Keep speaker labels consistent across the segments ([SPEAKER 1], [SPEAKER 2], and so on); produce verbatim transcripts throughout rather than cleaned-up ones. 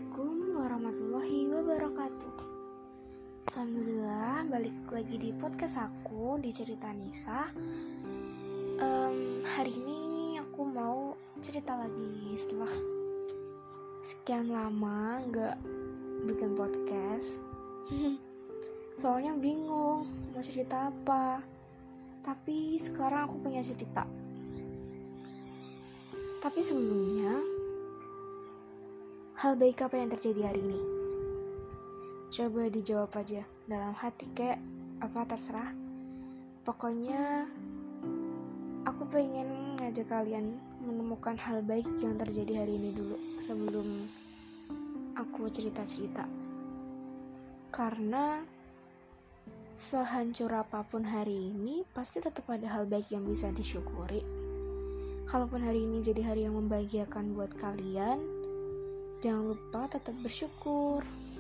[SPEAKER 1] Assalamualaikum warahmatullahi wabarakatuh. Alhamdulillah, balik lagi di podcast aku di Cerita Nisa. um, Hari ini aku mau cerita lagi setelah sekian lama gak bikin podcast. Soalnya bingung mau cerita apa. Tapi sekarang aku punya cerita. Tapi sebelumnya, hal baik apa yang terjadi hari ini? Coba dijawab aja dalam hati, kayak apa terserah. Pokoknya aku pengen ngajak kalian menemukan hal baik yang terjadi hari ini dulu sebelum aku cerita-cerita. Karena sehancur apapun hari ini, pasti tetap ada hal baik yang bisa disyukuri. Kalaupun hari ini jadi hari yang membahagiakan buat kalian, jangan lupa tetap bersyukur.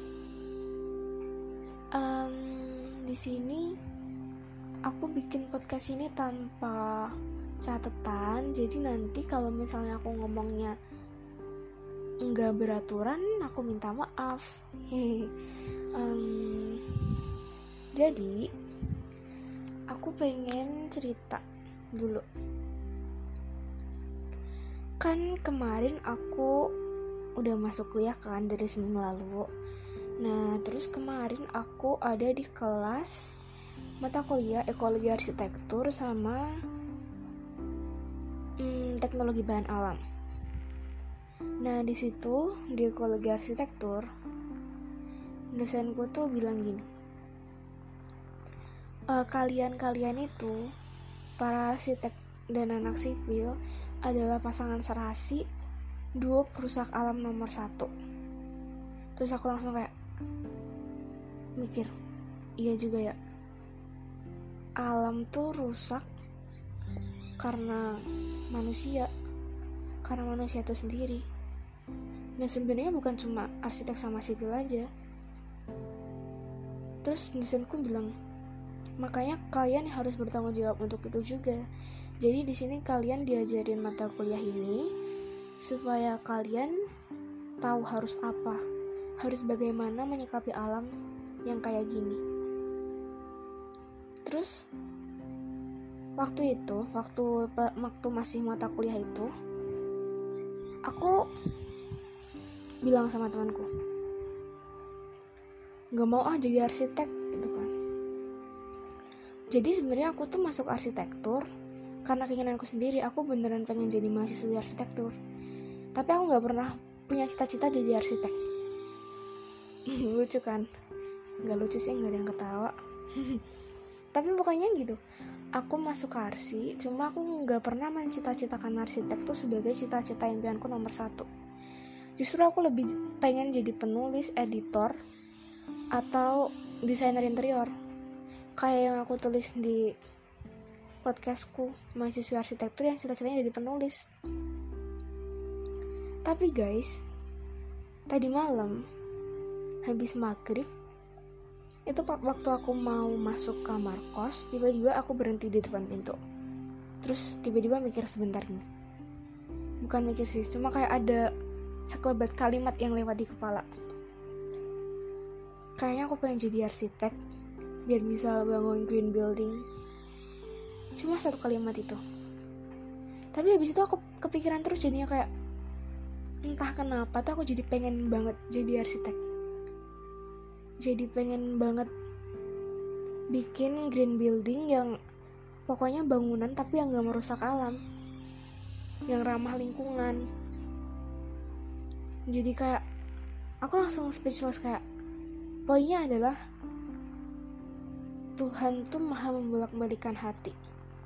[SPEAKER 1] Um, di sini aku bikin podcast ini tanpa catatan, jadi nanti kalau misalnya aku ngomongnya nggak beraturan, aku minta maaf. Hehe. um, jadi aku pengen cerita dulu. Kan kemarin aku udah masuk kuliah kan dari Senin lalu. Nah, terus kemarin aku ada di kelas mata kuliah ekologi arsitektur sama hmm, teknologi bahan alam. Nah, di situ di ekologi arsitektur, dosenku tuh bilang gini, e, kalian-kalian itu para arsitek dan anak sipil adalah pasangan serasi duo perusak alam nomor satu. Terus aku langsung kayak mikir, iya juga ya, alam tuh rusak karena manusia, karena manusia itu sendiri. Nah, sebenarnya bukan cuma arsitek sama sipil aja. Terus dosenku bilang, makanya kalian harus bertanggung jawab untuk itu juga. Jadi di sini kalian diajarin mata kuliah ini supaya kalian tahu harus apa, harus bagaimana menyikapi alam yang kayak gini. Terus waktu itu, waktu waktu masih mata kuliah itu, aku bilang sama temanku, nggak mau ah jadi arsitek gitu kan. Jadi sebenarnya aku tuh masuk arsitektur karena keinginanku sendiri. Aku beneran pengen jadi mahasiswa arsitektur, tapi aku gak pernah punya cita-cita jadi arsitek. Lucu kan? Gak lucu sih, gak ada yang ketawa. Tapi pokoknya gitu, aku masuk arsi, cuma aku gak pernah mencita-citakan arsitek tuh sebagai cita-cita impianku nomor satu. Justru aku lebih pengen jadi penulis, editor, atau desainer interior, kayak yang aku tulis di podcastku, mahasiswa arsitektur yang cita-citanya jadi penulis. Tapi guys, tadi malam habis maghrib itu waktu aku mau masuk kamar kos, tiba-tiba aku berhenti di depan pintu. Terus tiba-tiba mikir sebentar nih, bukan mikir sih, cuma kayak ada sekelebat kalimat yang lewat di kepala. Kayaknya aku pengen jadi arsitek biar bisa bangun green building. Cuma satu kalimat itu. Tapi habis itu aku kepikiran terus, jadinya kayak entah kenapa tuh aku jadi pengen banget jadi arsitek. Jadi pengen banget bikin green building yang pokoknya bangunan tapi yang gak merusak alam, yang ramah lingkungan. Jadi kayak aku langsung speechless, kayak poinnya adalah Tuhan tuh maha membolak-balikan hati.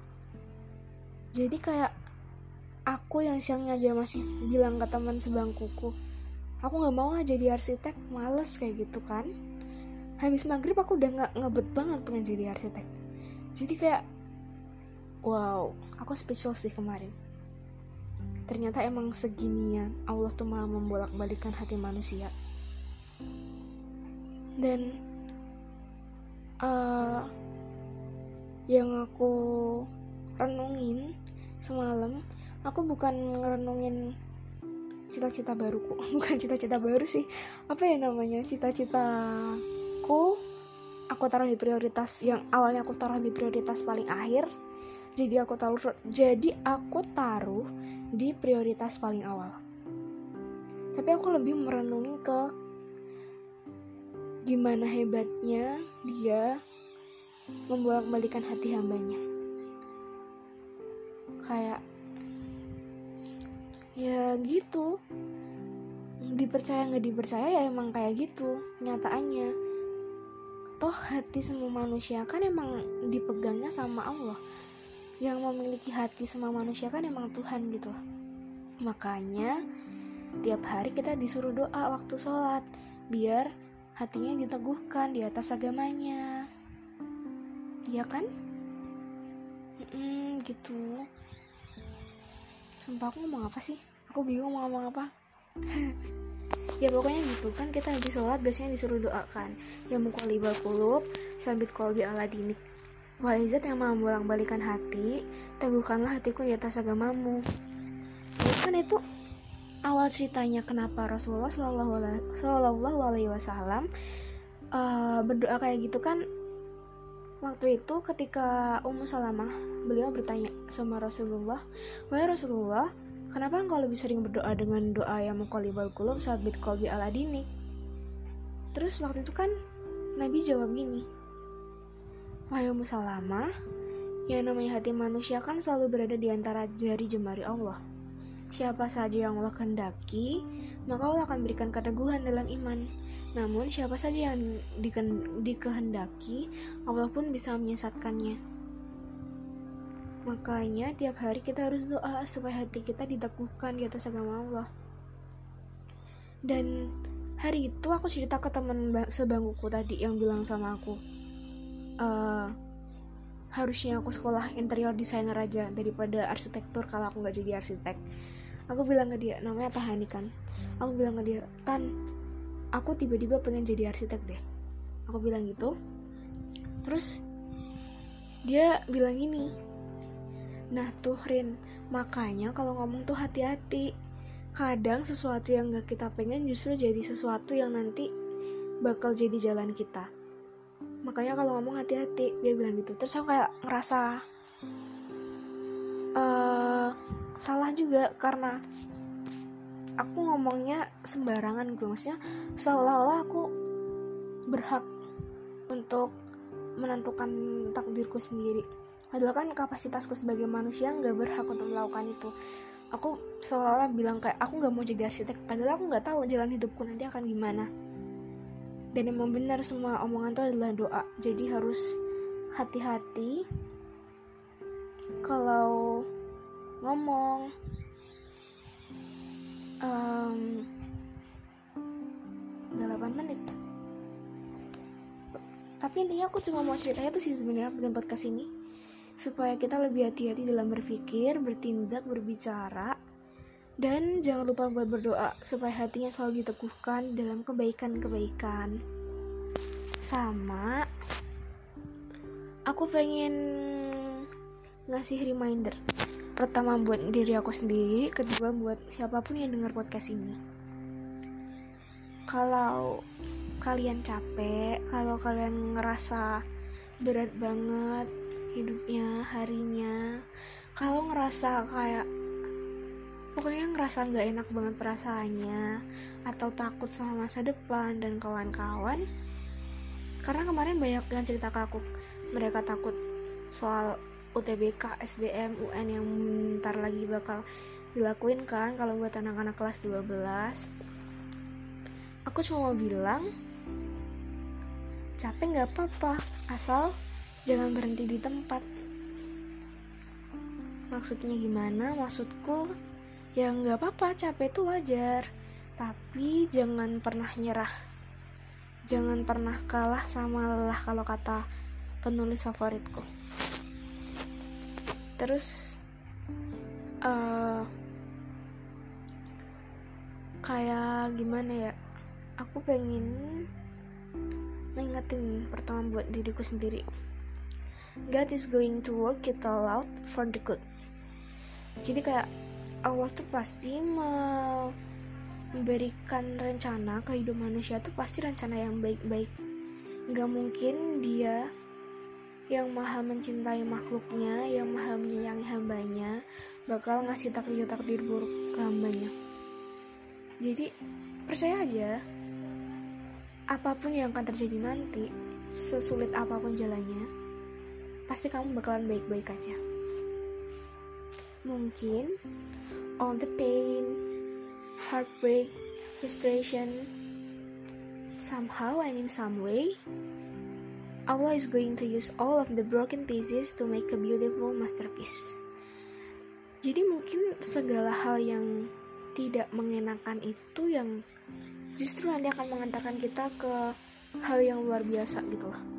[SPEAKER 1] Jadi kayak aku yang siangnya aja masih bilang ke teman sebangkuku, aku gak mau lah jadi arsitek, males kayak gitu kan. Habis maghrib aku udah gak ngebet banget pengen jadi arsitek. Jadi kayak wow, aku speechless sih kemarin. Ternyata emang seginian Allah tuh malah membolak-balikan hati manusia. Dan uh, yang aku renungin semalam, aku bukan ngerenungin cita-cita baruku bukan cita-cita baru sih, apa ya namanya, cita-citaku aku taruh di prioritas yang awalnya aku taruh di prioritas paling akhir, jadi aku taruh jadi aku taruh di prioritas paling awal. Tapi aku lebih merenungi ke gimana hebatnya dia membolak-balikan hati hambanya. Kayak ya gitu, dipercaya nggak dipercaya ya emang kayak gitu nyataannya. Toh hati semua manusia kan emang dipegangnya sama Allah. Yang memiliki hati semua manusia kan emang Tuhan gitu. Makanya tiap hari kita disuruh doa waktu sholat, biar hatinya diteguhkan di atas agamanya. Iya kan? Mm-mm, gitu. Sumpah aku ngomong apa sih? Aku bingung mau ngomong apa. Ya pokoknya gitu kan, kita habis sholat biasanya disuruh doakan, ya muqallibal qulub sabit qalbi ala dinik, wahai zat yang membolak-balikan hati, teguhkanlah hatiku di atas agamamu. Ya kan itu awal ceritanya kenapa Rasulullah Shallallahu Alaihi Wasallam uh, berdoa kayak gitu kan. Waktu itu ketika Ummu Salamah, beliau bertanya sama Rasulullah, wahai Rasulullah, kenapa engkau lebih sering berdoa dengan doa yang muqallibal qulub sabit qalbi ala dinik? Terus waktu itu kan Nabi jawab gini, wahai Ummu Salamah, yang namanya hati manusia kan selalu berada di antara jari jemari Allah. Siapa saja yang Allah kehendaki, maka Allah akan berikan keteguhan dalam iman. Namun siapa saja yang diken- dikehendaki, Allah pun bisa menyesatkannya. Makanya tiap hari kita harus doa supaya hati kita diteguhkan di atas agama Allah. Dan hari itu aku cerita ke teman sebangkuku tadi yang bilang sama aku, uh, harusnya aku sekolah interior designer aja daripada arsitektur kalau aku gak jadi arsitek. Aku bilang ke dia, namanya Tahani kan, aku bilang ke dia, Tan, aku tiba-tiba pengen jadi arsitek deh. Aku bilang gitu. Terus dia bilang gini, nah tuh Rin, makanya kalau ngomong tuh hati-hati. Kadang sesuatu yang gak kita pengen justru jadi sesuatu yang nanti bakal jadi jalan kita. Makanya kalau ngomong hati-hati, dia bilang gitu. Terus aku kayak ngerasa uh, salah juga, karena aku ngomongnya sembarangan gitu. Maksudnya seolah-olah aku berhak untuk menentukan takdirku sendiri. Padahal kan kapasitasku sebagai manusia gak berhak untuk melakukan itu. Aku seolah-olah bilang kayak aku gak mau jadi arsitek, padahal aku gak tahu jalan hidupku nanti akan gimana. Dan emang benar semua omongan itu adalah doa. Jadi harus hati-hati kalau ngomong. um, delapan menit. Tapi intinya aku cuma mau ceritanya tuh sih sebenarnya dalam podcast ini, supaya kita lebih hati-hati dalam berpikir, bertindak, berbicara, dan jangan lupa buat berdoa supaya hatinya selalu diteguhkan dalam kebaikan-kebaikan. Sama aku pengen ngasih reminder, pertama buat diri aku sendiri, kedua buat siapapun yang dengar podcast ini. Kalau kalian capek, kalau kalian ngerasa berat banget hidupnya, harinya, kalau ngerasa kayak pokoknya ngerasa gak enak banget perasaannya, atau takut sama masa depan dan kawan-kawan, karena kemarin banyak yang cerita ke aku, mereka takut soal U T B K, S B M, U N yang bentar lagi bakal dilakuin kan kalau buat anak-anak kelas dua belas. Aku cuma mau bilang, capek gak apa-apa, asal jangan berhenti di tempat. Maksudnya gimana? Maksudku ya gak apa-apa, capek itu wajar, tapi jangan pernah nyerah, jangan pernah kalah sama lelah, kalau kata penulis favoritku. Terus uh, kayak gimana ya, aku pengen ngingetin pertama buat diriku sendiri, God is going to work it all out for the good. Jadi kayak Allah tuh pasti me- memberikan rencana ke hidup manusia tuh pasti rencana yang baik-baik. Gak mungkin dia yang maha mencintai makhluknya, yang maha menyayangi hambanya, bakal ngasih takdir-takdir buruk ke hambanya. Jadi percaya aja, apapun yang akan terjadi nanti, sesulit apapun jalannya, pasti kamu bakalan baik-baik aja. Mungkin all the pain, heartbreak, frustration, somehow and in some way, Allah is going to use all of the broken pieces to make a beautiful masterpiece. Jadi mungkin segala hal yang tidak mengenakan itu yang justru nanti akan mengantarkan kita ke hal yang luar biasa gitu loh.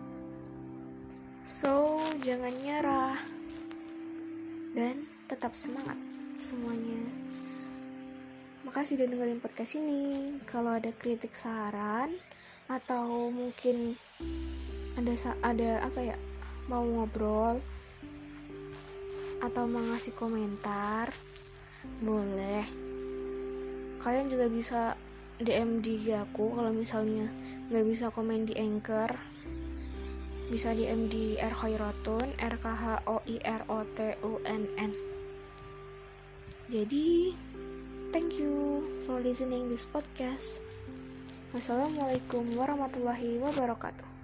[SPEAKER 1] So, jangan nyerah dan tetap semangat semuanya. Makasih udah dengerin podcast ini. Kalau ada kritik, saran, atau mungkin ada ada apa ya, mau ngobrol atau mau ngasih komentar, boleh. Kalian juga bisa D M di aku kalau misalnya nggak bisa komen di Anchor. Bisa D M di R Khoirotun, R K H O I R O T U N N. Jadi, thank you for listening this podcast. Wassalamualaikum warahmatullahi wabarakatuh.